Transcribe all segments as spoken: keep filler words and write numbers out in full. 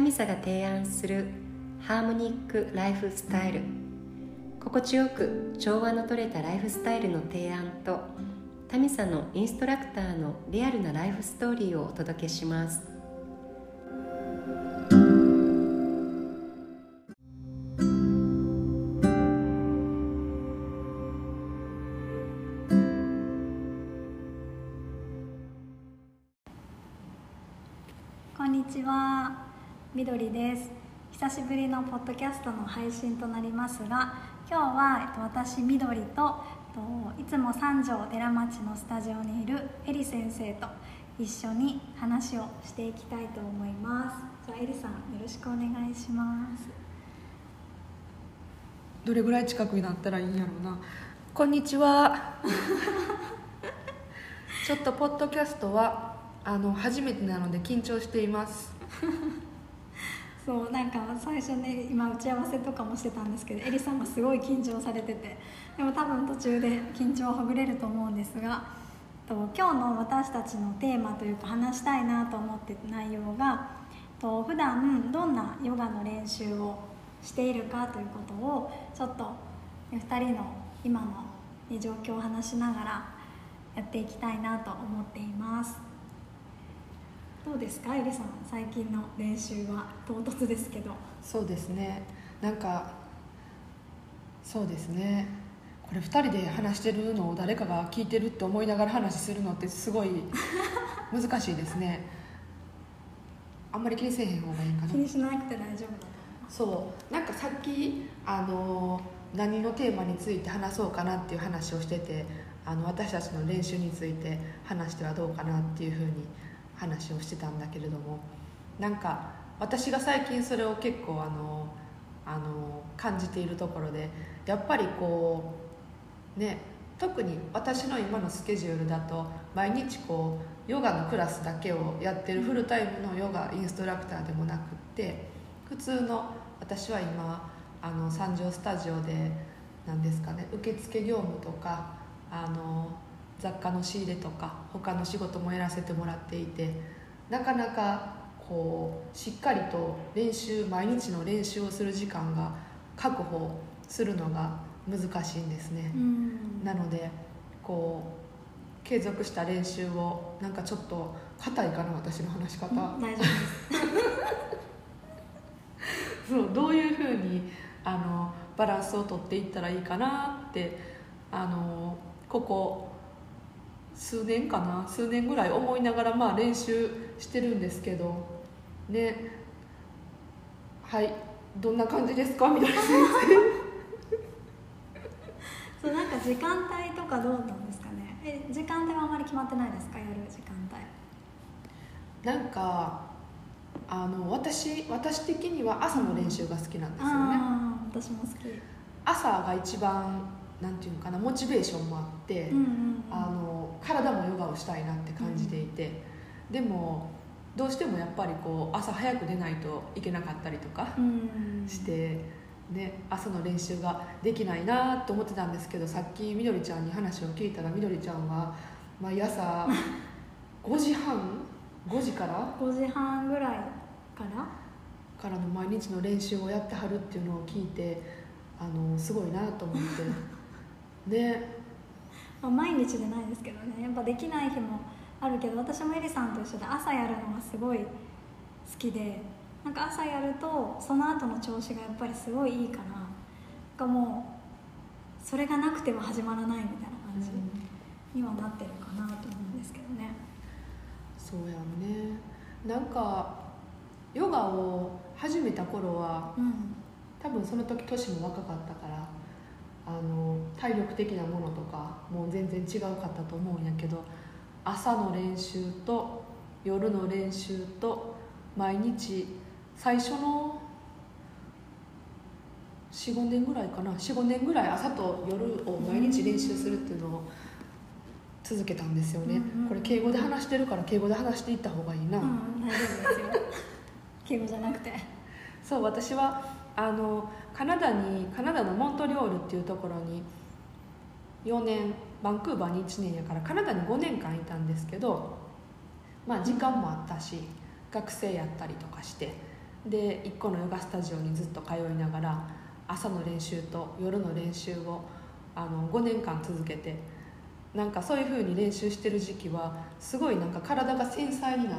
ミサが提案するハーモニックライフスタイル、心地よく調和の取れたライフスタイルの提案とタミサのインストラクターのリアルなライフストーリーをお届けします。 こんにちは、みどりです。久しぶりのポッドキャストの配信となりますが、今日は私みどりといつも三条寺町のスタジオにいるえり先生と一緒に話をしていきたいと思います。じゃあえりさん、よろしくお願いします。 どれぐらい近くになったらいいんやろうな。こんにちはちょっとポッドキャストはあの初めてなので緊張していますそうなんか最初ね、今打ち合わせとかもしてたんですけど、えりさんがすごい緊張されてて、でも多分途中で緊張をほぐれると思うんですが、と今日の私たちのテーマというか話したいなと思ってた内容が、と普段どんなヨガの練習をしているかということをちょっとふたりの今の状況を話しながらやっていきたいなと思っています。どうですか、えりさん、最近の練習は。唐突ですけど。 そうですね、なんかそうですね、これふたりで話してるのを誰かが聞いてるって思いながら話するのってすごい難しいですね。あんまり気にせえへん方がいいかな。 気にしなくて大丈夫だと思います。 そうなんかさっきあの何のテーマについて話そうかなっていう話をしてて、あの私たちの練習について話してはどうかなっていうふうに話をしてたんだけれども、なんか私が最近それを結構あのあの感じているところで、やっぱりこうね、特に私の今のスケジュールだと毎日こうヨガのクラスだけをやってるフルタイムのヨガインストラクターでもなくって、普通の私は今あの三条スタジオでなんですかね、受付業務とかあの雑貨の仕入れとか他の仕事もやらせてもらっていて、なかなかこうしっかりと練習毎日の練習をする時間が確保するのが難しいんですね。なのでこう継続した練習を、なんかちょっと硬いかな私の話し方、 大丈夫ですそうどういうふうにあのバランスをとっていったらいいかなってあのここ数年かな数年ぐらい思いながらまあ練習してるんですけどね。はい、どんな感じですかみたいな先生そうなんか時間帯とかどうなんですかね。え時間帯はあまり決まってないですか、やる時間帯。 なんかあの 私, 私的には朝の練習が好きなんですよね。 あ私も好き。 朝が一番なんていうのかな、モチベーションもあって、 うんうんうん、 あの体もヨガをしたいなって感じていて、うん、でもどうしてもやっぱりこう朝早く出ないといけなかったりとかして、ね、朝の練習ができないなと思ってたんですけど、さっきみどりちゃんに話を聞いたら、みどりちゃんは毎朝ごじはんごじからごじはんぐらいからからの毎日の練習をやってはるっていうのを聞いて、あのすごいなと思ってね、 まあ、毎日でないですけどね、やっぱできない日もあるけど、私もえりさんと一緒で朝やるのがすごい好きで、なんか朝やるとその後の調子がやっぱりすごいいいから、なんかもうそれがなくては始まらないみたいな感じにはなってるかなと思うんですけどね。 そうやんね。なんかヨガを始めた頃は、うん、多分その時年も若かったから、あの体力的なものとかもう全然違うかったと思うんやけど、朝の練習と夜の練習と毎日最初の よん,ご 年ぐらいかな よん,ご 年ぐらい朝と夜を毎日練習するっていうのを続けたんですよね、うんうん、これ敬語で話してるから敬語で話していった方がいいな、 うん、大丈夫ですよ敬語じゃなくて。 そう私はあのカナダにカナダのモントリオールっていうところによねん、バンクーバーにいちねんやからカナダにごねんかんいたんですけど、まあ時間もあったし、うん、学生やったりとかしてでいっこのヨガスタジオにずっと通いながら朝の練習と夜の練習をあのごねんかん続けて、なんかそういう風に練習してる時期はすごいなんか体が繊細になって、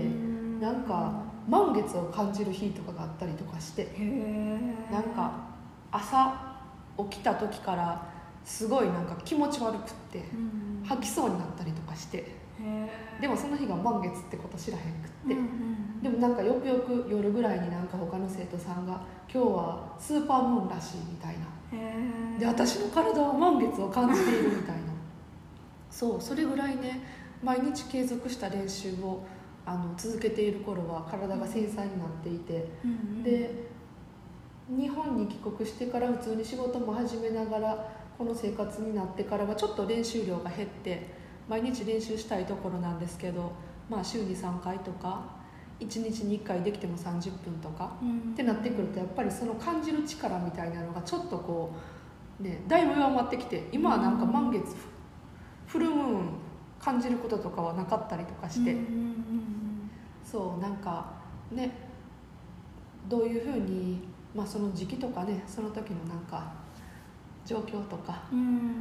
なんか満月を感じる日とかがあったりとかして、なんか朝起きた時からすごいなんか気持ち悪くって吐きそうになったりとかして、でもその日が満月ってこと知らへんくって、でもなんかよくよく夜ぐらいになんか他の生徒さんが今日はスーパームーンらしいみたいな、で私の体は満月を感じているみたいなそうそれぐらいね、毎日継続した練習をあの続けている頃は体が繊細になっていて、うんうん、で日本に帰国してから普通に仕事も始めながらこの生活になってからはちょっと練習量が減って毎日練習したいところなんですけど、まあ、週にさんかいとかいちにちにいっかいできてもさんじゅっぷんとか、うんうん、ってなってくるとやっぱりその感じる力みたいなのがちょっとこう、ね、だいぶ弱まってきて、今はなんか満月、うんフルムーン感じることとかはなかったりとかして、うんうんうん、そうなんかねどういうふうに、まあ、その時期とかねその時のなんか状況とか、うん、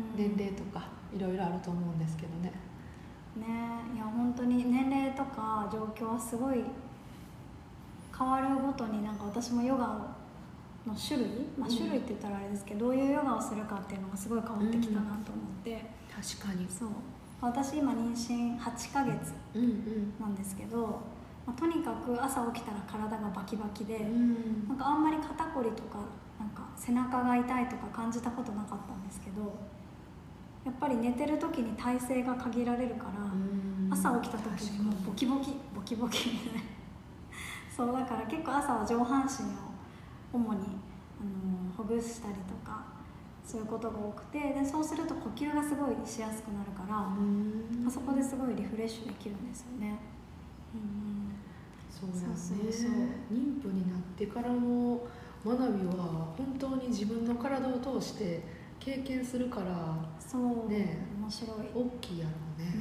年齢とかいろいろあると思うんですけどね。 ねいや本当に年齢とか状況はすごい変わるごとになんか私もヨガの種類、まあ、種類って言ったらあれですけど、うん、どういうヨガをするかっていうのがすごい変わってきたなと思って。うん確かにそう私今妊娠はちかげつなんですけど、うんうんまあ、とにかく朝起きたら体がバキバキで、うん、なんかあんまり肩こりとか、なんか背中が痛いとか感じたことなかったんですけど、やっぱり寝てる時に体勢が限られるから、うん、朝起きた時にもうボキボキボキボキそうだから結構朝は上半身を主に、あのー、ほぐしたりとかそういうことが多くて、でそうすると呼吸がすごいしやすくなるから、うんそこですごいリフレッシュできるんですよね。 うんそうだね。そうそうそう妊婦になってからの学びは本当に自分の体を通して経験するから、 そうね面白い大きいやろうね、うん、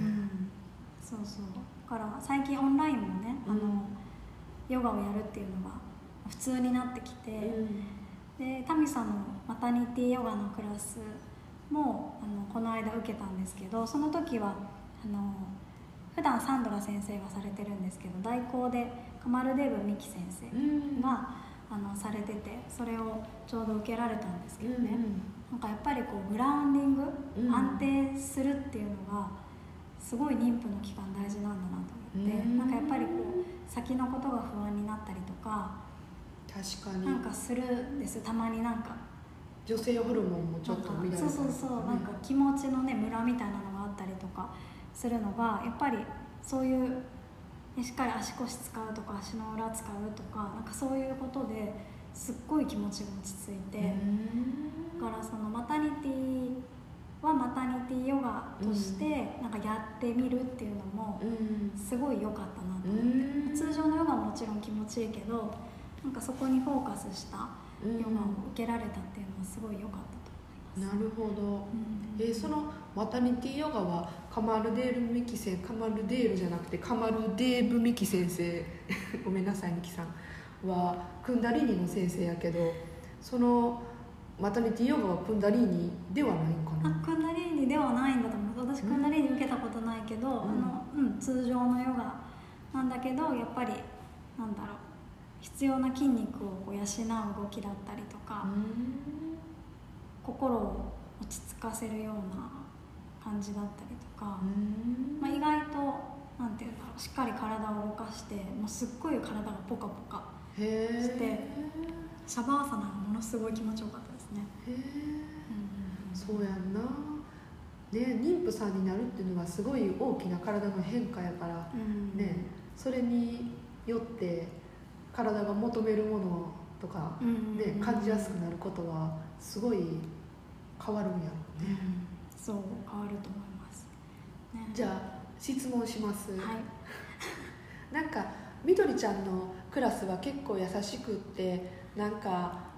そうそうだから最近オンラインもね、うん、あのヨガをやるっていうのが普通になってきて、うんでタミさんのマタニティヨガのクラスもあのこの間受けたんですけど、その時はあの普段サンドラ先生がされてるんですけど代行でカマルデーブ・ミキ先生が、うん、あのされてて、それをちょうど受けられたんですけどね、うんうん、なんかやっぱりこうグラウンディング、うん、安定するっていうのがすごい妊婦の期間大事なんだなと思って、うん、なんかやっぱりこう先のことが不安になったりとか確かになんかするんです。たまになんか女性ホルモンもちょっと乱れたりとか、ね、 そうそうそうなんか気持ちのねムラみたいなのがあったりとかするのがやっぱりそういうしっかり足腰使うとか足の裏使うとかなんかそういうことですっごい気持ちが落ち着いて、だからそのマタニティはマタニティヨガとしてなんかやってみるっていうのもすごい良かったなと思って、通常のヨガももちろん気持ちいいけどなんかそこにフォーカスしたヨガを受けられたっていうのはすごい良かったと思います。 なるほど、うんえー、そのマタニティヨガはカマルデール・ミキ先生カマルデールじゃなくてカマルデーブ・ミキ先生ごめんなさいミキさんはクンダリーニの先生やけど、そのマタニティヨガはクンダリーニではないのかな。 あクンダリーニではないんだと思う。私クンダリーニ受けたことないけど、うんあのうん、通常のヨガなんだけどやっぱりなんだろう必要な筋肉をこう養う動きだったりとか、心を落ち着かせるような感じだったりとか、まあ、意外となんていうんだろうしっかり体を動かしてもうすっごい体がポカポカしてシャバーサナがものすごい気持ちよかったですね。 へー、うん、そうやんな、ね、妊婦さんになるっていうのはすごい大きな体の変化やから、うんね、それによって体が求めるものとか、ねうんうんうん、感じやすくなることはすごい変わるんやろうね、 うん、そう変わると思います、 ね、じゃあ質問します、 はい、 なんかみどりちゃんのクラスは結構優しくってなんか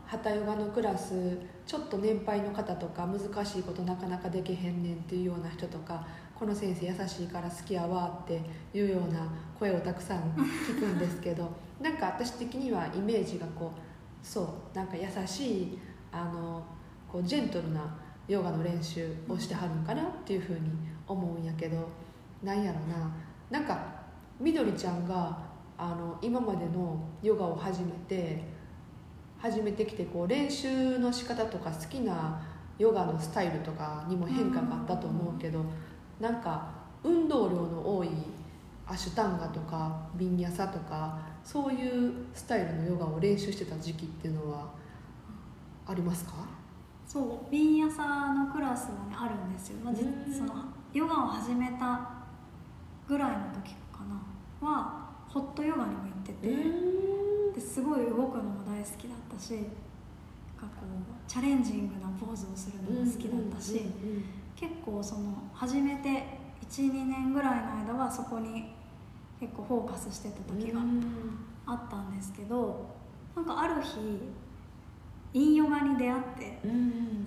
ハタヨガのクラスちょっと年配の方とか難しいことなかなかできへんねんっていうような人とか、この先生優しいから好きやわっていうような声をたくさん聞くんですけどなんか私的にはイメージがこうそうなんか優しいあのこうジェントルなヨガの練習をしてはるんかなっていうふうに思うんやけど、なんやろな、なんかみどりちゃんがあの今までのヨガを始めて始めてきてこう練習の仕方とか好きなヨガのスタイルとかにも変化があったと思うけど、なんか運動量の多いアシュタンガとかビンニャサとかそういうスタイルのヨガを練習してた時期っていうのはありますか？ そう、ビンヤサのクラスは、ね、あるんですよ、まあ、じそのヨガを始めたぐらいの時かなはホットヨガにも行ってて、ですごい動くのも大好きだったし、なんかこうチャレンジングなポーズをするのも好きだったし、結構その始めて いちにねんぐらいの間はそこに結構フォーカスしてた時があったんですけど、なんかある日インヨガに出会って、うん、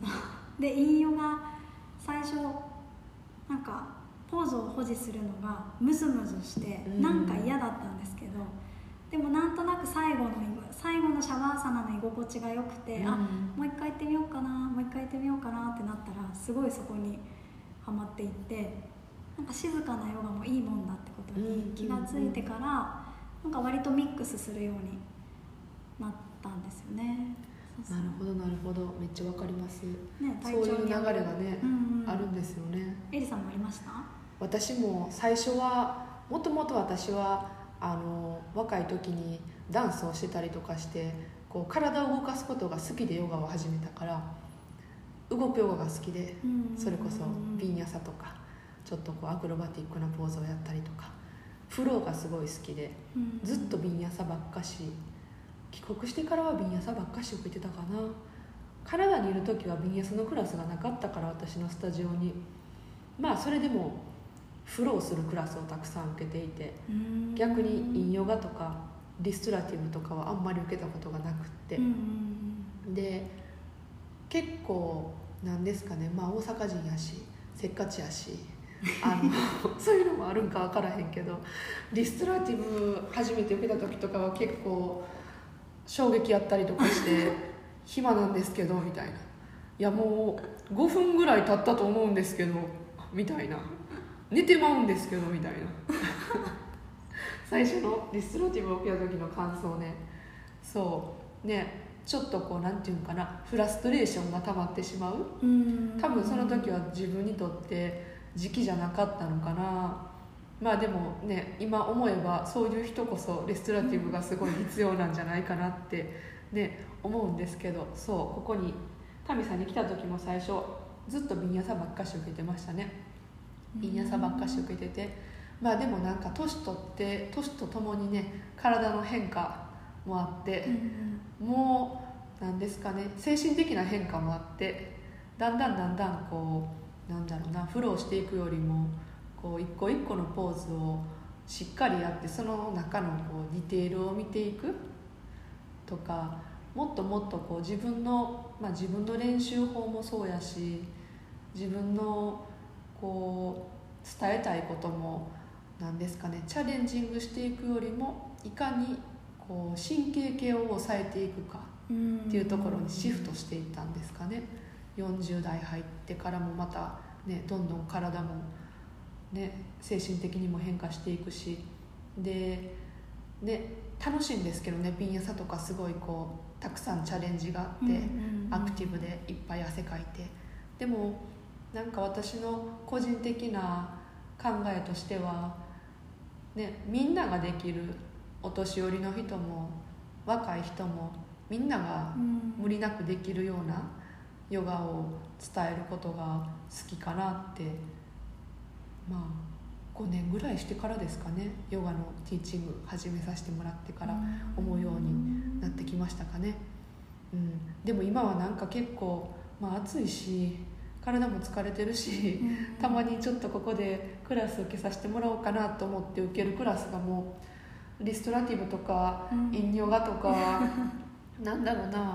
でインヨガ最初なんかポーズを保持するのがムズムズしてなんか嫌だったんですけど、でもなんとなく最後の最後のシャバーサナの居心地が良くて、うん、あもう一回行ってみようかなもう一回行ってみようかなってなったらすごいそこにハマっていって、なんか静かなヨガもいいもんだってことに気がついてから、なんか割とミックスするようになったんですよね。 なるほどなるほど、めっちゃわかります、ね、そういう流れがね、うんうん、あるんですよね。 エリさんもありました？ 私も最初はもともと私はあの若い時にダンスをしてたりとかしてこう体を動かすことが好きでヨガを始めたから動くヨガが好きで、うんうんうん、それこそビンヤサとかちょっとこうアクロバティックなポーズをやったりとかフローがすごい好きで、うんうん、ずっとビンヤサばっかし、帰国してからはビンヤサばっかし受けてたかな。カナダにいる時はビンヤサのクラスがなかったから私のスタジオに、まあそれでもフローするクラスをたくさん受けていて、逆にインヨガとかリストラティブとかはあんまり受けたことがなくって、で結構なんですかね、まあ大阪人やしせっかちやしあのそういうのもあるんか分からへんけど、リストラティブ初めて受けた時とかは結構衝撃やったりとかして暇なんですけどみたいな、いやもうごふんぐらい経ったと思うんですけどみたいな、寝てまうんですけどみたいな最初のリストラティブを受けた時の感想ね、そうね、ちょっとこうなんていうのかな、フラストレーションが溜まってしまう、多分その時は自分にとって時期じゃなかったのかな。まあでもね、今思えばそういう人こそレストラティブがすごい必要なんじゃないかなってね思うんですけど、そうここにタミさんに来た時も最初ずっとビンヤサばっかし受けてましたね。ビンヤサばっかし受けてて、まあでもなんか年取って年とともにね体の変化もあって、うん、もうなんですかね、精神的な変化もあって、だんだんだんだんこうなんだろうな、フローしていくよりもこう一個一個のポーズをしっかりやって、その中のこうディテールを見ていくとか、もっともっとこう自分の、まあ、自分の練習法もそうやし、自分のこう伝えたいこともなんですかね、チャレンジングしていくよりもいかにこう神経系を抑えていくかっていうところにシフトしていったんですかね。よんじゅう代入ってからもまたね、どんどん体もね、精神的にも変化していくし、で、ね、楽しいんですけどね、ビンヤサとかすごいこうたくさんチャレンジがあって、うんうんうん、アクティブでいっぱい汗かいて、でもなんか私の個人的な考えとしては、ね、みんなができる、お年寄りの人も若い人もみんなが無理なくできるようなヨガを伝えることが好きかなって、まあごねんぐらいしてからですかね、ヨガのティーチング始めさせてもらってから思うようになってきましたかね、うん、でも今はなんか結構、まあ、暑いし体も疲れてるし、たまにちょっとここでクラス受けさせてもらおうかなと思って受けるクラスがもうリストラティブとかインヨガとかなんだろうな、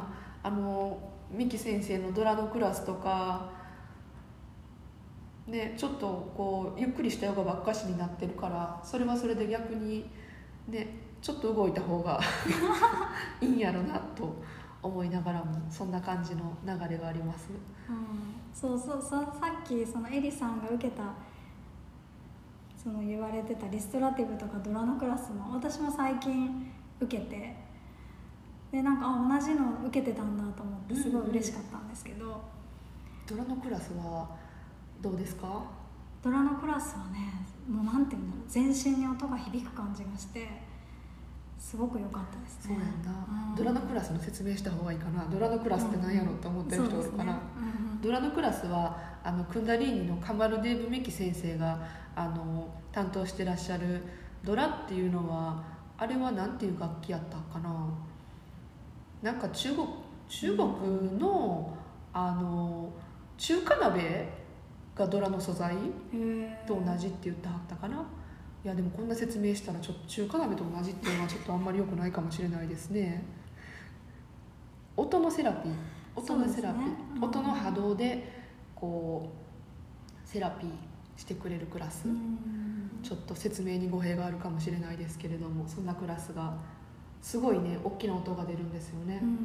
あの三木先生のドラのクラスとか、ね、ちょっとこうゆっくりしたヨガばっかしになってるから、それはそれで逆に、ね、ちょっと動いた方がいいんやろなと思いながらも、そんな感じの流れがあります。 うん、そうそうそう、さっきそのエリさんが受けたその言われてたリストラティブとかドラのクラスも私も最近受けて、でなんかあ同じの受けてたんだと思ってすごい嬉しかったんですけど、うんうん、 ドラのクラスはどうですか？ ドラのクラスはね、もうなんていうんだろう、全身に音が響く感じがしてすごく良かったですね。 そうなんだ、 うん、 ドラのクラスの説明した方がいいかな。ドラのクラスって何やろって思ってる人おるかな、うんねうん、ドラのクラスはあのクンダリーニのカマルデーブ・メキ先生があの担当してらっしゃるドラっていうのは、あれはなんていう楽器やったかな、なんか中国中国の、うん、あの中華鍋がドラの素材と同じって言ってはったかな。いやでもこんな説明したらちょっと中華鍋と同じっていうのはちょっとあんまり良くないかもしれないですね。音のセラピー音のセラピー、ねうん、音の波動でこうセラピーしてくれるクラス、うん、ちょっと説明に語弊があるかもしれないですけれども、そんなクラスがすごいね大きな音が出るんですよね。 うん、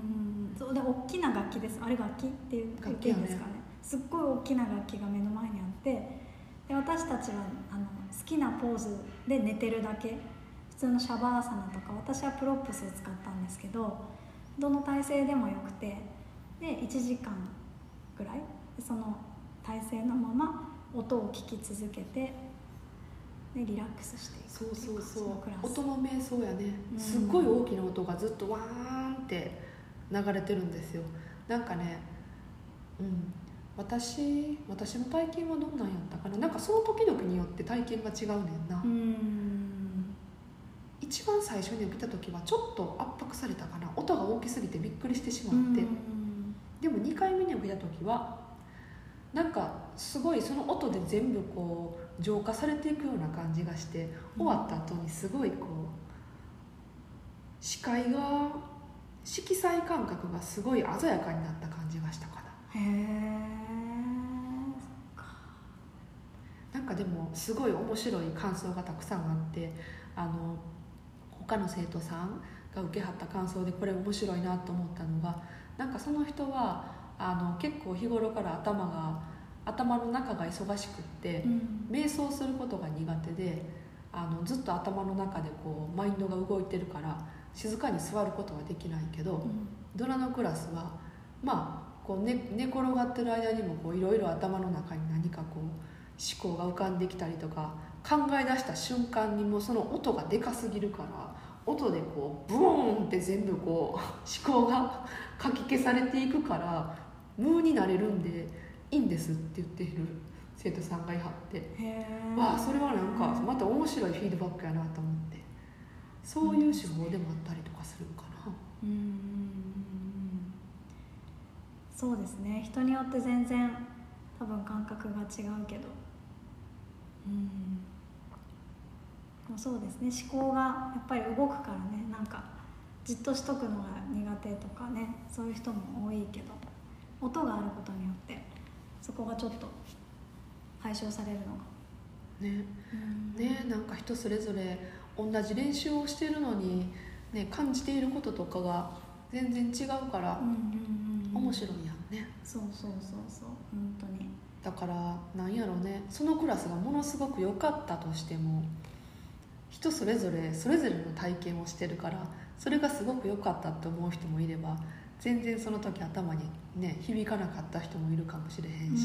そうで大きな楽器です。あれ楽器っていう楽器ですかね。すっごい大きな楽器が目の前にあって、で私たちはあの好きなポーズで寝てるだけ、普通のシャバーサナとか、私はプロップスを使ったんですけど、どの体勢でもよくて、でいちじかんぐらいその体勢のまま音を聞き続けて、でリラックスしていく。 そうそうそう、音の瞑想やね、うん、すっごい大きな音がずっとワーンって流れてるんですよ。なんかね、うん私, 私の体験はどんなんやったかな、なんかその時々によって体験が違うねんな。うん一番最初に受けた時はちょっと圧迫されたかな、音が大きすぎてびっくりしてしまって、でもにかいめに受けた時はなんかすごいその音で全部こう浄化されていくような感じがして、終わった後にすごいこう視界が色彩感覚がすごい鮮やかになった感じがしたかな。へえ。なんかでもすごい面白い感想がたくさんあって、あの他の生徒さんが受けはった感想でこれ面白いなと思ったのが、なんかその人はあの結構日頃から頭が頭の中が忙しくって、うん、瞑想することが苦手で、あのずっと頭の中でこうマインドが動いてるから静かに座ることはできないけど、うん、ドラのクラスはまあこう 寝, 寝転がってる間にもいろいろ頭の中に何かこう思考が浮かんできたりとか、考え出した瞬間にもうその音がでかすぎるから、音でこうブーンって全部こう思考がかき消されていくから無になれるんでいいんですって言っている生徒さんがいはって、へー、わあそれはなんかまた面白いフィードバックやなと思って、そういう手法でもあったりとかするかな。うん、 そうですね、人によって全然多分感覚が違うけど、うんそうですね、思考がやっぱり動くからね、なんかじっとしとくのが苦手とかね、そういう人も多いけど、音があることによってそこがちょっと解消されるのがね、うん、ね、なんか人それぞれ同じ練習をしているのに、ね、感じていることとかが全然違うから、うんうんうん、面白いやんね。 そうそうそうそう、本当に。 だからなんやろうね、そのクラスがものすごく良かったとしても、人それぞれそれぞれの体験をしてるから、それがすごく良かったって思う人もいれば、全然その時頭にね響かなかった人もいるかもしれへんし、うんうんうん、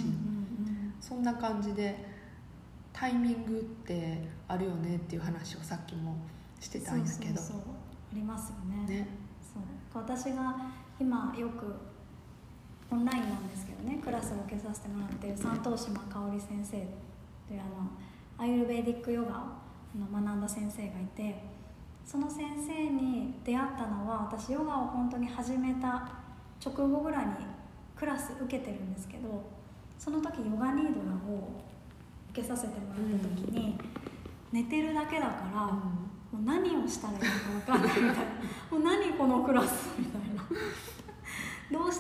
そんな感じでタイミングってあるよねっていう話をさっきもしてたんやけど、 そうそうそう、ありますよね。ね、そう私が今よくオンラインなんですけどね、クラスを受けさせてもらっている三島島香織先生というあのアイルベーディックヨガを学んだ先生がいて、その先生に出会ったのは、私ヨガを本当に始めた直後ぐらいにクラス受けてるんですけど、その時ヨガニードラを受けさせてもらった時に、うん、寝てるだけだから、うん、もう何をしたらいいのか分かんないみたいなもう何このクラスみたいなどうし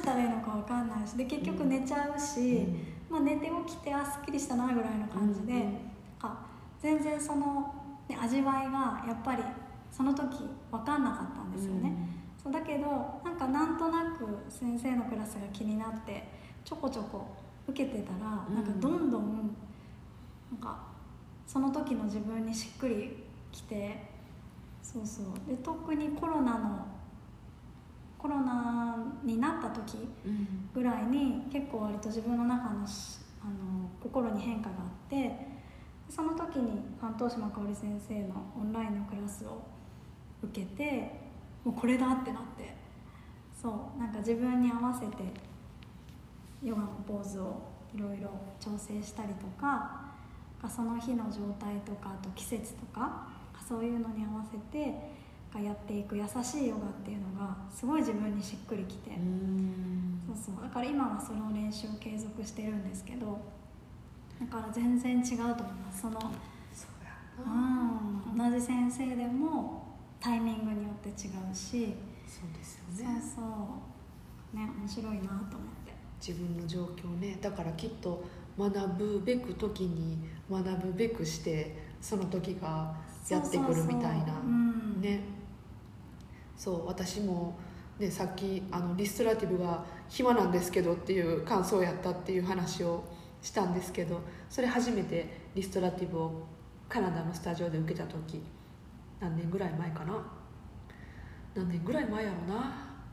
したらいいのか分かんないしで結局寝ちゃうし、 うんまあ、寝て起きてあすっきりしたなぐらいの感じで、 うんうん、 あ全然その、ね、味わいがやっぱりその時分かんなかったんですよね、うん、そうだけどなんかなんとなく先生のクラスが気になってちょこちょこ受けてたら、うん、なんかどんどんなんかその時の自分にしっくりきてそうそうで特にコロナのコロナになった時ぐらいに結構割と自分の中の、あの心に変化があってその時に半藤島香織先生のオンラインのクラスを受けてもうこれだってなってそうなんか自分に合わせてヨガのポーズをいろいろ調整したりとかその日の状態とかあと季節とかそういうのに合わせてやっていく優しいヨガっていうのがすごい自分にしっくりきてうんそうそうだから今はその練習を継続してるんですけどだから全然違うと思いますそのそうや、うん、同じ先生でもタイミングによって違うしそうですよねそうそうね面白いなと思って自分の状況ねだからきっと学ぶべく時に学ぶべくしてその時がやってくるみたいなねそう私も、ね、さっきあのリストラティブが暇なんですけどっていう感想やったっていう話をしたんですけどそれ初めてリストラティブをカナダのスタジオで受けた時何年ぐらい前かな何年ぐらい前やろな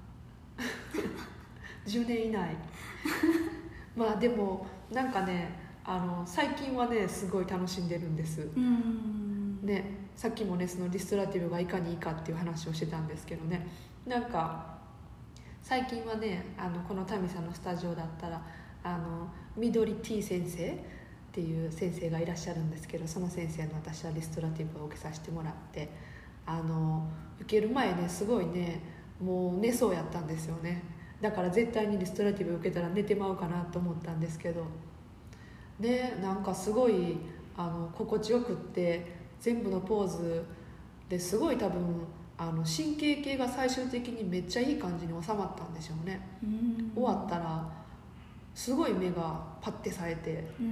じゅうねん以内まあでもなんかねあの最近はねすごい楽しんでるんです、うんね、さっきもねそのリストラティブがいかにいいかっていう話をしてたんですけどねなんか最近はねあのこのタミさんのスタジオだったらあの緑 T 先生っていう先生がいらっしゃるんですけどその先生の私はリストラティブを受けさせてもらってあの受ける前ねすごいねもう寝そうやったんですよねだから絶対にリストラティブ受けたら寝てまうかなと思ったんですけどねなんかすごいあの心地よくって全部のポーズですごい多分あの神経系が最終的にめっちゃいい感じに収まったんでしょうね、うん、終わったらすごい目がパッて冴えて、うん、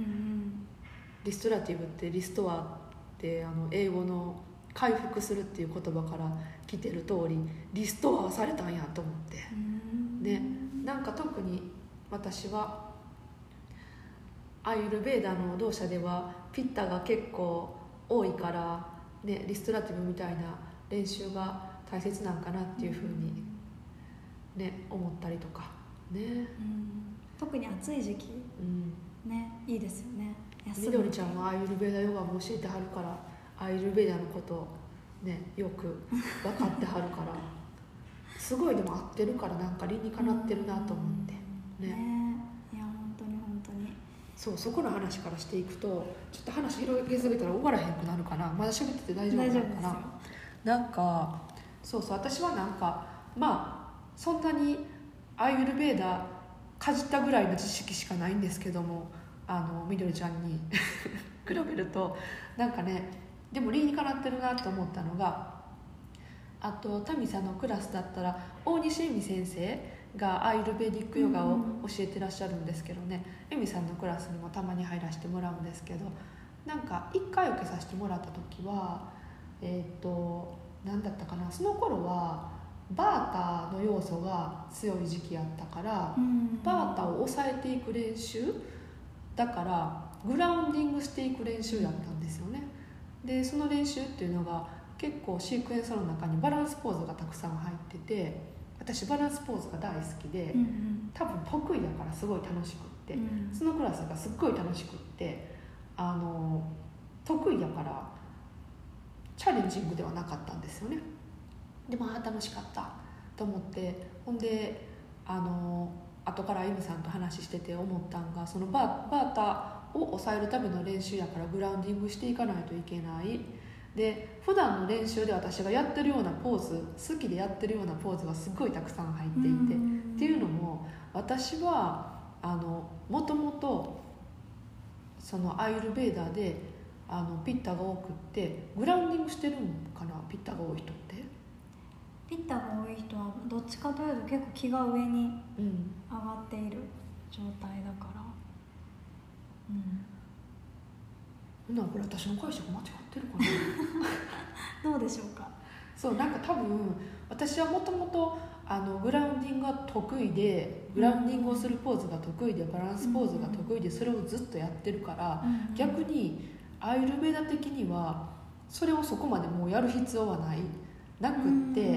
リストラティブってリストアってあの英語の回復するっていう言葉から来てる通りリストアされたんやと思って、うん、ねなんか特に私はアーユルヴェーダの同社ではピッタが結構多いから、ね、リストラティブみたいな練習が大切なんかなっていうふうに、ね、思ったりとかね、うん、 特に暑い時期、うんね、いいですよねみどりちゃんはアーユルヴェーダヨガも教えてはるからアーユルヴェーダのこと、ね、よく分かってはるからすごいでも合ってるからなんか理にかなってるなと思ってね、 ねいや本当に本当にそうそこの話からしていくとちょっと話広げすぎたら終わらへんくなるかなまだ喋ってて大丈夫なのかななんかそうそう私はなんかまあそんなにアーユルヴェーダかじったぐらいの知識しかないんですけどもあのみどりちゃんに比べるとなんかねでも理にかなってるなと思ったのがあとタミさんのクラスだったら大西恵美先生がアーユルヴェディックヨガを教えてらっしゃるんですけどね恵美さんのクラスにもたまに入らせてもらうんですけどなんかいっかい受けさせてもらった時はえっと何だったかなその頃はバータの要素が強い時期やったから、うん、バータを抑えていく練習だからグラウンディングしていく練習やったんですよねでその練習っていうのが結構シークエンスの中にバランスポーズがたくさん入ってて私バランスポーズが大好きで、うんうん、多分得意だからすごい楽しくって、うん、そのクラスがすっごい楽しくってあの得意だからチャレンジングではなかったんですよねでもあ楽しかったと思ってほんであの後からエミさんと話してて思ったんがそのバー、バータを抑えるための練習やからグラウンディングしていかないといけないで普段の練習で私がやってるようなポーズ好きでやってるようなポーズがすごいたくさん入っていてっていうのも私はあのもともとそのアーユルヴェーダであのピッタが多くってグラウンディングしてるんかなピッタが多い人ってピッタが多い人はどっちかというと結構気が上にうん上がっている状態だからうんなんかこれ私の解釈間違ってるかなどうでしょうか。 そうなんか多分私はもともとあのグラウンディングが得意でグラウンディングをするポーズが得意でバランスポーズが得意でそれをずっとやってるから、 うん、 逆にアイルベーダ的にはそれをそこまでもうやる必要はないなくって、うん、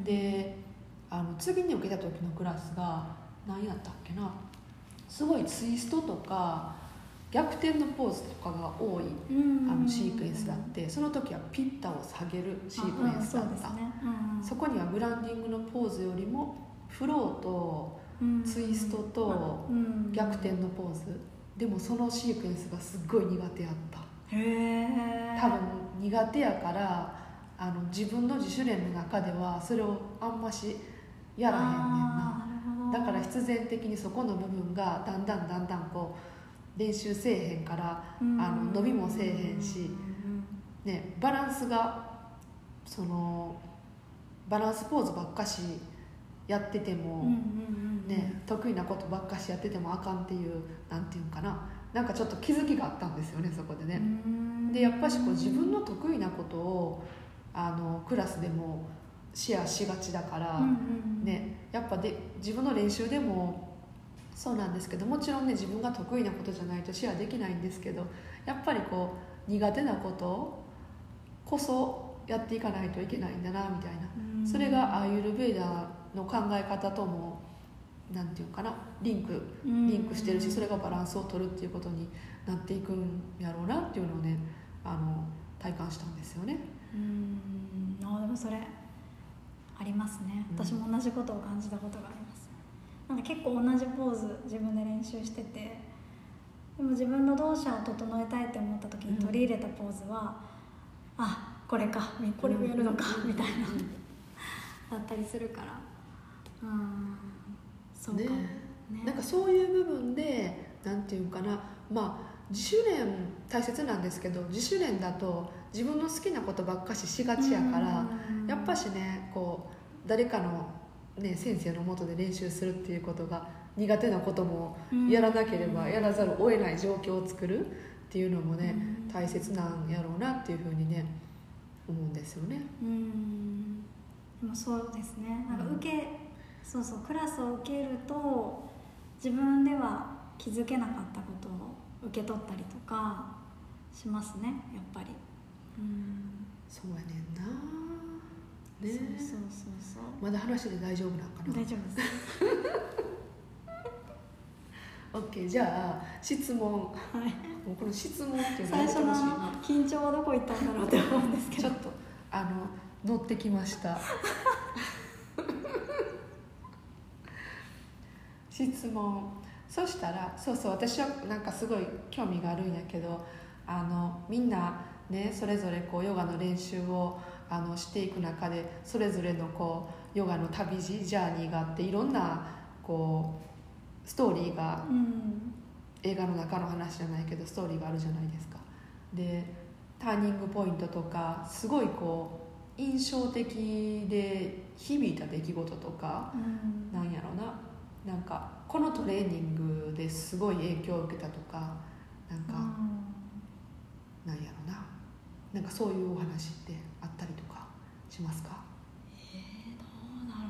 であの次に受けた時のクラスが何やったっけな、すごいツイストとか逆転のポーズとかが多い、うん、あのシークエンスだって、その時はピッタを下げるシークエンスだった。 そ,、ねうん、そこにはグラウンディングのポーズよりもフローとツイストと逆転のポーズ、でもそのシークエンスがすっごい苦手やった。 へ多分苦手やからあの自分の自主練の中ではそれをあんましやらへんねんな。だから必然的にそこの部分がだんだんだんだんこう練習せえへんから、あの伸びもせえへんし、ね、バランスがそのバランスポーズばっかしやってても、ね、得意なことばっかしやっててもあかんっていうなんていうんかな、なんかちょっと気づきがあったんですよねそこでね。でやっぱしこう自分の得意なことをあのクラスでもシェアしがちだから、ね、やっぱで自分の練習でもそうなんですけど、もちろんね自分が得意なことじゃないとシェアできないんですけど、やっぱりこう苦手なことこそやっていかないといけないんだなみたいな、それがアーユルヴェーダの考え方ともなんていうかなリンクリンクしてるし、それがバランスを取るっていうことになっていくんやろうなっていうのをねあの体感したんですよね。 うんあでもそれありますね。私も同じことを感じたことがあります。なんか結構同じポーズ自分で練習してて、でも自分の動作を整えたいって思った時に取り入れたポーズは、うん、あこれかこれをやるのか、うん、みたいな、うん、だったりするからうんそうかも、ねね、なんかそういう部分でなんていうかな、まあ自主練大切なんですけど、自主練だと自分の好きなことばっかししがちやから、やっぱしねこう誰かの、ね、先生の下で練習するっていうことが苦手なこともやらなければやらざるを得ない状況を作るっていうのもね大切なんやろうなっていうふうにね思うんですよね。 うんでもそうですね、なんか受け、うん、そうそうクラスを受けると自分では気づけなかったことを受け取ったりとかしますねやっぱり。うんそうやねんな、 ね、そうそうそうそう。 まだ話で大丈夫なんかな。 大丈夫です OK じゃあ質問、はい、もうこの質問っていうの最初の緊張はどこ行ったんだろうって思うんですけどちょっとあの乗ってきました質問そしたらそうそう私はなんかすごい興味があるんやけど、あのみんなねそれぞれこうヨガの練習をあのしていく中でそれぞれのこうヨガの旅路ジャーニーがあっていろんなこうストーリーが、うん、映画の中の話じゃないけどストーリーがあるじゃないですか。でターニングポイントとかすごいこう印象的で響いた出来事とか、うん、なんやろな、なんかこのトレーニングですごい影響を受けたとかなんか、うん、なんやろな、なんかそういうお話ってあったりとかしますか？ えー、どうだ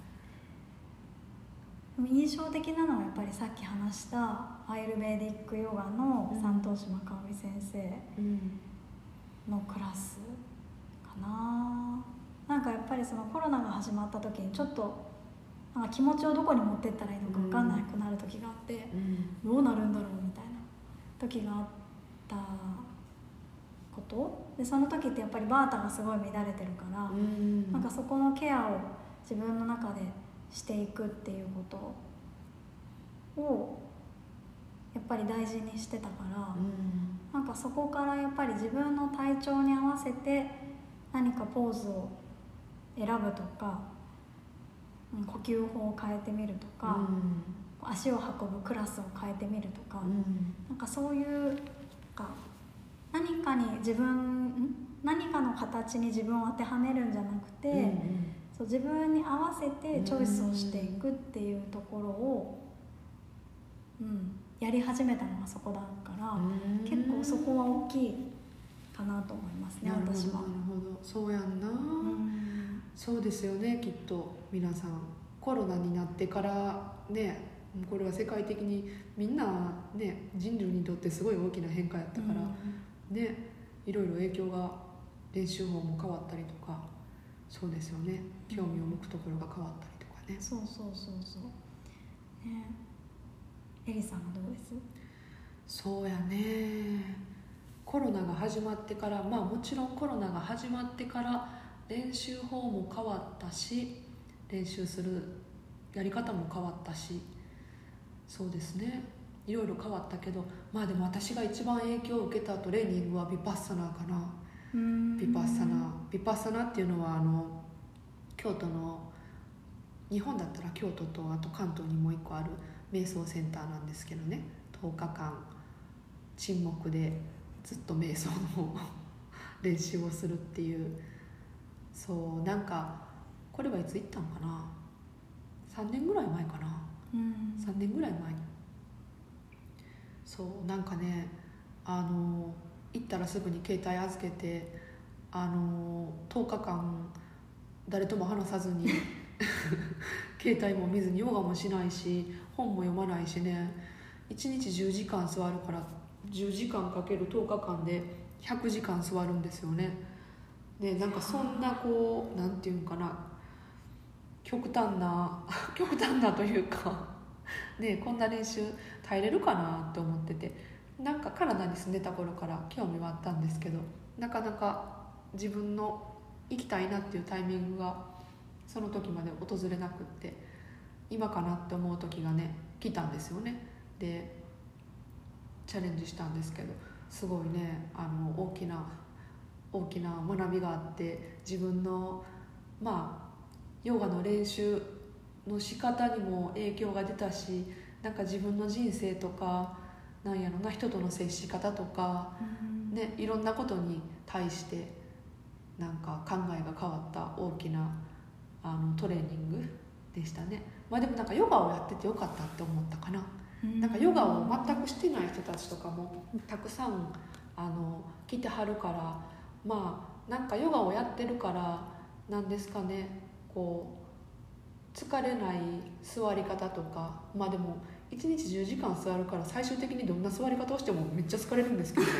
ろう。印象的なのはやっぱりさっき話したアイルベーディックヨガの三頭島香織先生のクラスかな。なんかやっぱりそのコロナが始まった時にちょっとなんか気持ちをどこに持ってったらいいのか分かんなくなる時があって、うん、どうなるんだろうみたいな時があったことで、その時ってやっぱりバータがすごい乱れてるから、うん、なんかそこのケアを自分の中でしていくっていうことをやっぱり大事にしてたから、うん、なんかそこからやっぱり自分の体調に合わせて何かポーズを選ぶとか呼吸法を変えてみるとか、うん、足を運ぶクラスを変えてみるとか、うん、なんかそういうか何かに自分何かの形に自分を当てはめるんじゃなくて、うん、 そう自分に合わせてチョイスをしていくっていうところを、うん、やり始めたのがそこだから結構そこは大きいかなと思いますね。私は。 なるほど、そうやんな、うん、そうですよね。きっと皆さんコロナになってからね、これは世界的にみんなね人類にとってすごい大きな変化やったから、うん、ねいろいろ影響が練習法も変わったりとか、そうですよね、興味を向くところが変わったりとかね、 うん、そうそうそうそうね。エリさんはどうです？ そうやね、コロナが始まってから、まあもちろんコロナが始まってから練習法も変わったし、練習するやり方も変わったし、そうですね、いろいろ変わったけど、まあでも私が一番影響を受けたトレーニングはビパッサナーかな。 うーんビパッサナービパッサナーっていうのはあの京都の、日本だったら京都とあと関東にもう一個ある瞑想センターなんですけどね、とおかかん沈黙でずっと瞑想の練習をするっていう、そうなんかこれはいつ行ったのかな、さんねんぐらい前かな、 うん、 さんねんぐらい前に、そうなんかね、あの行ったらすぐに携帯預けて、あのとおかかん誰とも話さずに携帯も見ずにヨガもしないし本も読まないしね、いちにちじゅうじかん座るからじゅうじかんかけるとおかかんでひゃくじかん座るんですよね。でなんかそんなこうなんていうんかな、極端な極端なというかね、こんな練習耐えれるかなって思ってて、なんかカナダに住んでた頃から興味はあったんですけど、なかなか自分の行きたいなっていうタイミングがその時まで訪れなくって、今かなって思う時がね来たんですよね。でチャレンジしたんですけど、すごいね、あの大きな大きな学びがあって、自分のまあヨガの練習の仕方にも影響が出たし、なんか自分の人生とかなんやろな、人との接し方とか、 うんね、いろんなことに対してなんか考えが変わった大きなあのトレーニングでしたね。まあでもなんかヨガをやっててよかったって思ったかな。なんかヨガを全くしてない人たちとかもたくさんあの来てはるから、まあなんかヨガをやってるからなんですかね、こう疲れない座り方とか、まあでもいちにちじゅうじかん座るから最終的にどんな座り方をしてもめっちゃ疲れるんですけどね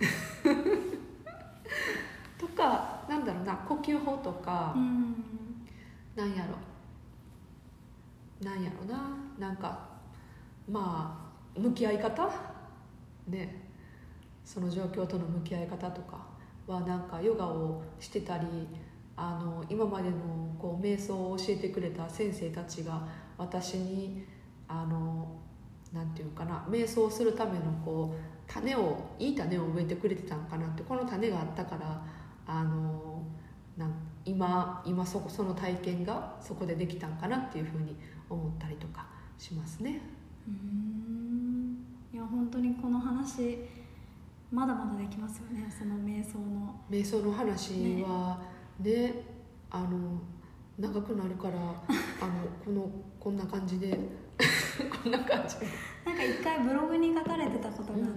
とかなんだろうな、呼吸法とか、 うん、 なんやろなんやろな、なんかまあ向き合い方ね、その状況との向き合い方とかはなんかヨガをしてたり、あの今までのこう瞑想を教えてくれた先生たちが私にあのなんていうかな、瞑想するためのこう種をいい種を植えてくれてたんかなって、この種があったからあのなん今今そこその体験がそこでできたんかなっていうふうに思ったりとかしますね。 うーん、いや本当にこの話まだまだできますよね。その瞑想の瞑想の話はね、ね、あの長くなるからあのこのこんな感じでこんな感じでなんか一回ブログに書かれてたことがあって、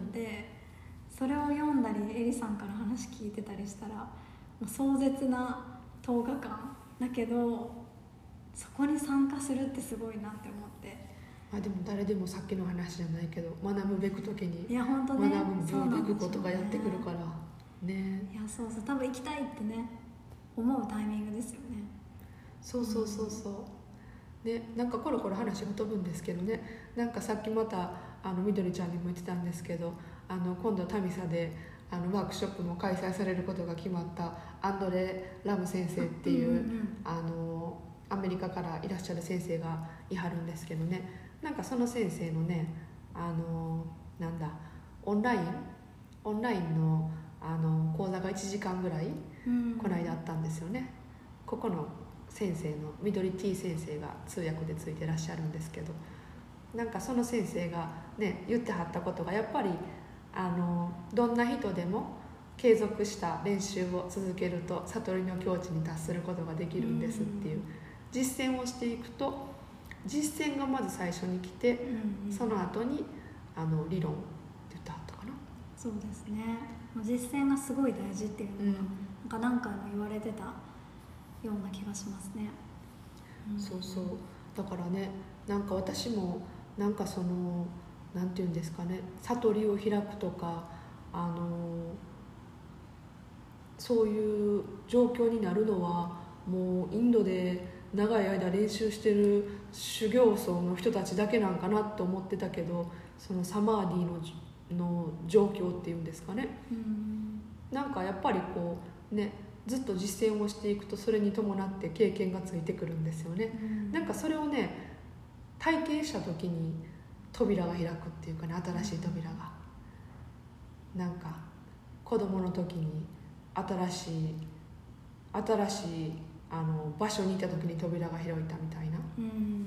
うん、それを読んだりエリさんから話聞いてたりしたら、もう壮絶なとおかかんだけどそこに参加するってすごいなって思って。 まあ、でも誰でもさっきの話じゃないけど学ぶべく時にいや本当ね、 学ぶべくことがやってくるからね。 いやそうそう、多分行きたいってね思うタイミングですよね。 そうそうそうそう、ね、なんかコロコロ話が飛ぶんですけどね、なんかさっきまたあのみどりちゃんにも言ってたんですけど、あの今度タミサであのワークショップも開催されることが決まったアンドレ・ラム先生っていう、うんうんうん、あのアメリカからいらっしゃる先生がいはるんですけどね、なんかその先生のね、あのなんだオンラインオンラインのあの講座がいちじかんぐらい、うん、この間あったんですよね。ここの先生のみどり T 先生が通訳でついてらっしゃるんですけど、なんかその先生がね言ってはったことがやっぱりあのどんな人でも継続した練習を続けると悟りの境地に達することができるんですっていう実践をしていくと、実践がまず最初に来て、うんうん、その後にあの理論って言ってはったかな。 そうですね、実践がすごい大事っていうのが、うん、なんか何回も言われてたような気がしますね、 うん、そうそう、だからね、なんか私もなんかそのなんていうんですかね、悟りを開くとか、あのそういう状況になるのはもうインドで長い間練習してる修行僧の人たちだけなんかなと思ってたけど、そのサマーディのの状況っていうんですかね、うん、なんかやっぱりこうね、ずっと実践をしていくとそれに伴って経験がついてくるんですよね、うん、なんかそれをね体験した時に扉が開くっていうかね、新しい扉が、なんか子供の時に新しい新しいあの場所にいた時に扉が開いたみたいな、うん、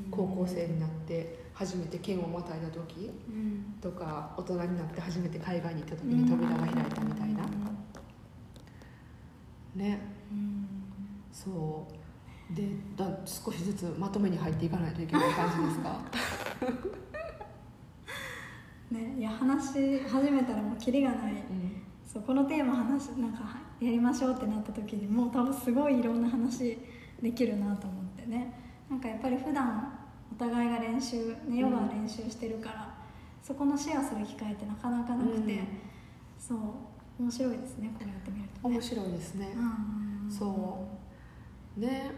高校生になって初めて県をまたいだ時、うん、とか大人になって初めて海外に行った時に扉が開いたみたいな、うん、ね、うん、そうでだ少しずつまとめに入っていかないといけない感じですかね、いや話し始めたらもうキリがない、うん、そうこのテーマ話なんかやりましょうってなった時にもう多分すごいいろんな話できるなと思ってね、なんかやっぱり普段お互いが練習、ね、ヨガは練習してるから、うん、そこのシェアする機会ってなかなかなくて、うん、そう面白いですね、これやってみると、ね、 面白いですね、うん、そうね、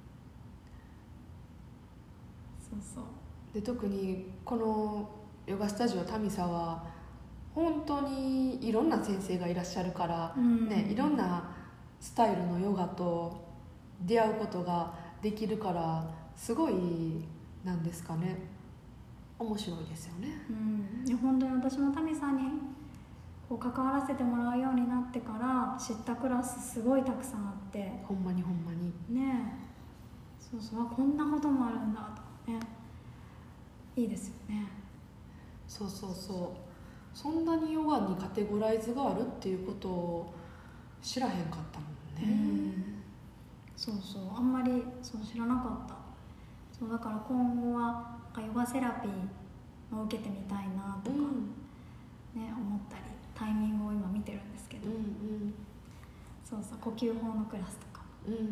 そうそうで特にこのヨガスタジオタミサは本当にいろんな先生がいらっしゃるから、うんね、いろんなスタイルのヨガと出会うことができるからすごいなんですかね、面白いですよね、 うん、いや本当に私もタミさんにこう関わらせてもらうようになってから知ったクラスすごいたくさんあって、 ほんまにほんまにねえ、そうそう、こんなこともあるんだとね、いいですよね。 そうそうそう、そんなにヨガにカテゴライズがあるっていうことを知らへんかったもんね、うん、 そうそう、あんまりそう知らなかった。そうだから今後はヨガセラピーを受けてみたいなとか、うんね、思ったりタイミングを今見てるんですけど、うんうん、そうそう、呼吸法のクラスとかもいいし、うんうんうん、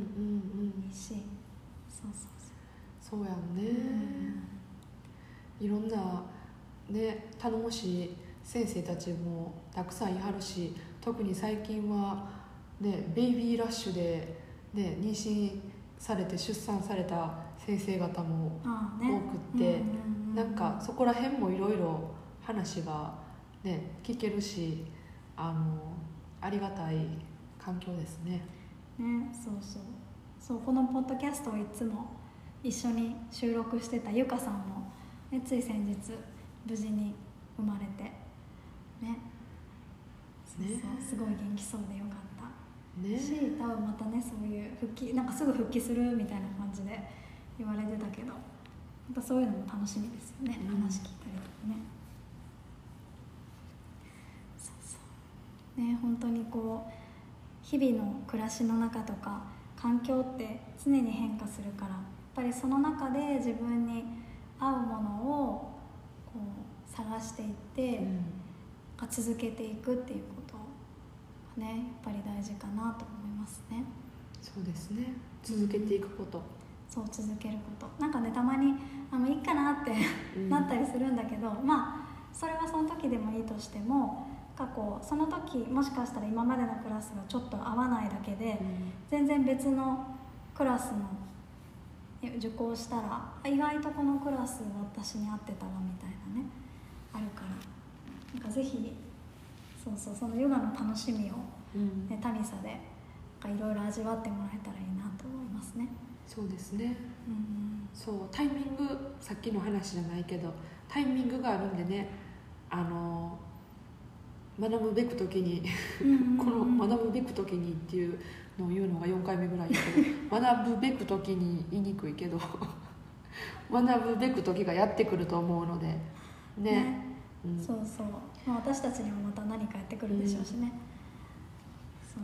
そうそうそうそうやんね、うん、いろんなね、頼もしい先生たちもたくさんいはるし、特に最近は、ね、ベイビーラッシュで、ね、妊娠されて出産された先生方も多くって、ね、うんうん、なんかそこら辺もいろいろ話が、ね、聞けるし、あのありがたい環境ですね。 ね、そうそうそう、このポッドキャストをいつも一緒に収録してたゆかさんも、ね、つい先日無事に生まれてね、そうそう、ね、すごい元気そうでよかった、ね、し、多分またね、そういう復帰なんかすぐ復帰するみたいな感じで言われてたけど、またそういうのも楽しみですよね、うん、話聞いたりとかね。そうそうね、本当にこう日々の暮らしの中とか環境って常に変化するから、やっぱりその中で自分に合うものをこう探していって、うん、続けていくっていうことがね、やっぱり大事かなと思いますね。 そうですね、続けていくこと、うん、 そう、続けること、なんかね、たまにあもういいかなってなったりするんだけど、まあそれはその時でもいいとしても、過去その時もしかしたら今までのクラスがちょっと合わないだけで、うん、全然別のクラスの受講したら意外とこのクラス私に合ってたわみたいなね、あるから、なんかぜひそうそう、そのヨガの楽しみを、ね、うん、タミサでいろいろ味わってもらえたらいいなと思いますね。 そうですね、うん、そう、タイミング、さっきの話じゃないけどタイミングがあるんでね、あの学ぶべく時にこの学ぶべく時にっていうのを言うのがよんかいめぐらいだけど学ぶべく時に言いにくいけど学ぶべく時がやってくると思うのでね、 ね、うん、そうそう、まあ、私たちにもまた何かやってくるでしょうしね、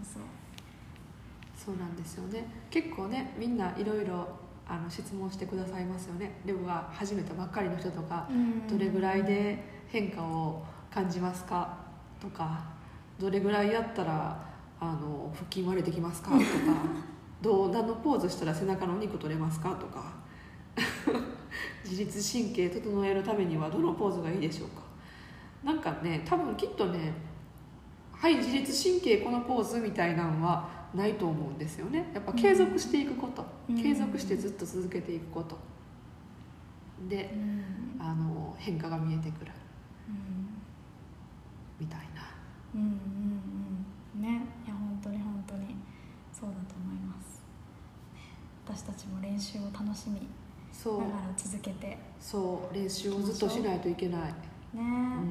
そうそうなんですよね。結構ねみんないろいろあの質問してくださいますよね。レゴが始めたばっかりの人とか、 うん、 どれぐらいで変化を感じますかとか、どれぐらいやったらあの腹筋割れてきますかとかどう何のポーズしたら背中のお肉取れますかとか自律神経整えるためにはどのポーズがいいでしょうか。なんかね多分きっとね、はい自律神経このポーズみたいなのはないと思うんですよね。やっぱ継続していくこと、 うん、 継続してずっと続けていくことで、 うん、 あの変化が見えてくる、 うん、 みたいな。 うんうんうんね、いや本当に本当にそうだと思います。私たちも練習を楽しみそうながら続けて、 そう練習をずっとしないといけないね、 うん、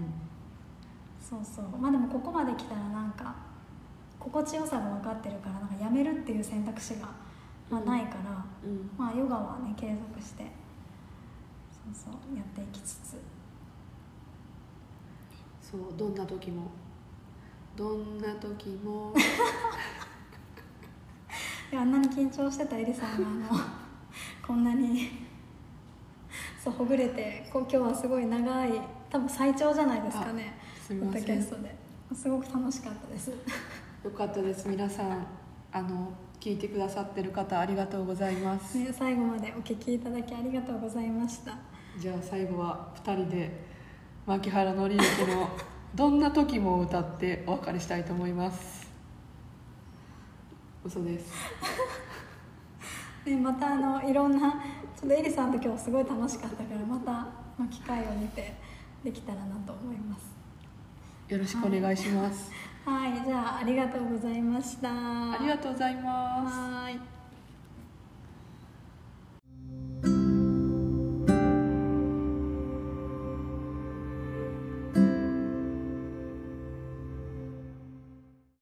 そうそう。まあでもここまで来たらなんか心地よさが分かってるから、なんかやめるっていう選択肢が、まあ、ないから、 うん、 まあヨガはね継続してそうそうやっていきつつ、 そうどんな時もどんな時もいやあんなに緊張してたエリさんがあのこんなにそうほぐれて、こう今日はすごい長い、多分最長じゃないですかね、 すみません、 ポッドキャストですごく楽しかったです。 よかったです。皆さんあの聞いてくださってる方ありがとうございます、 ね、最後までお聞きいただきありがとうございました。 じゃあ最後はふたりで牧原紀之のどんな時も歌ってお別れしたいと思います。嘘ですでまたあのいろんなちょっとエリさんと今日すごい楽しかったから、また、まあ、機会を見てできたらなと思います。 よろしくお願いします。 はい、はい、じゃあありがとうございました。 ありがとうございます。 はい。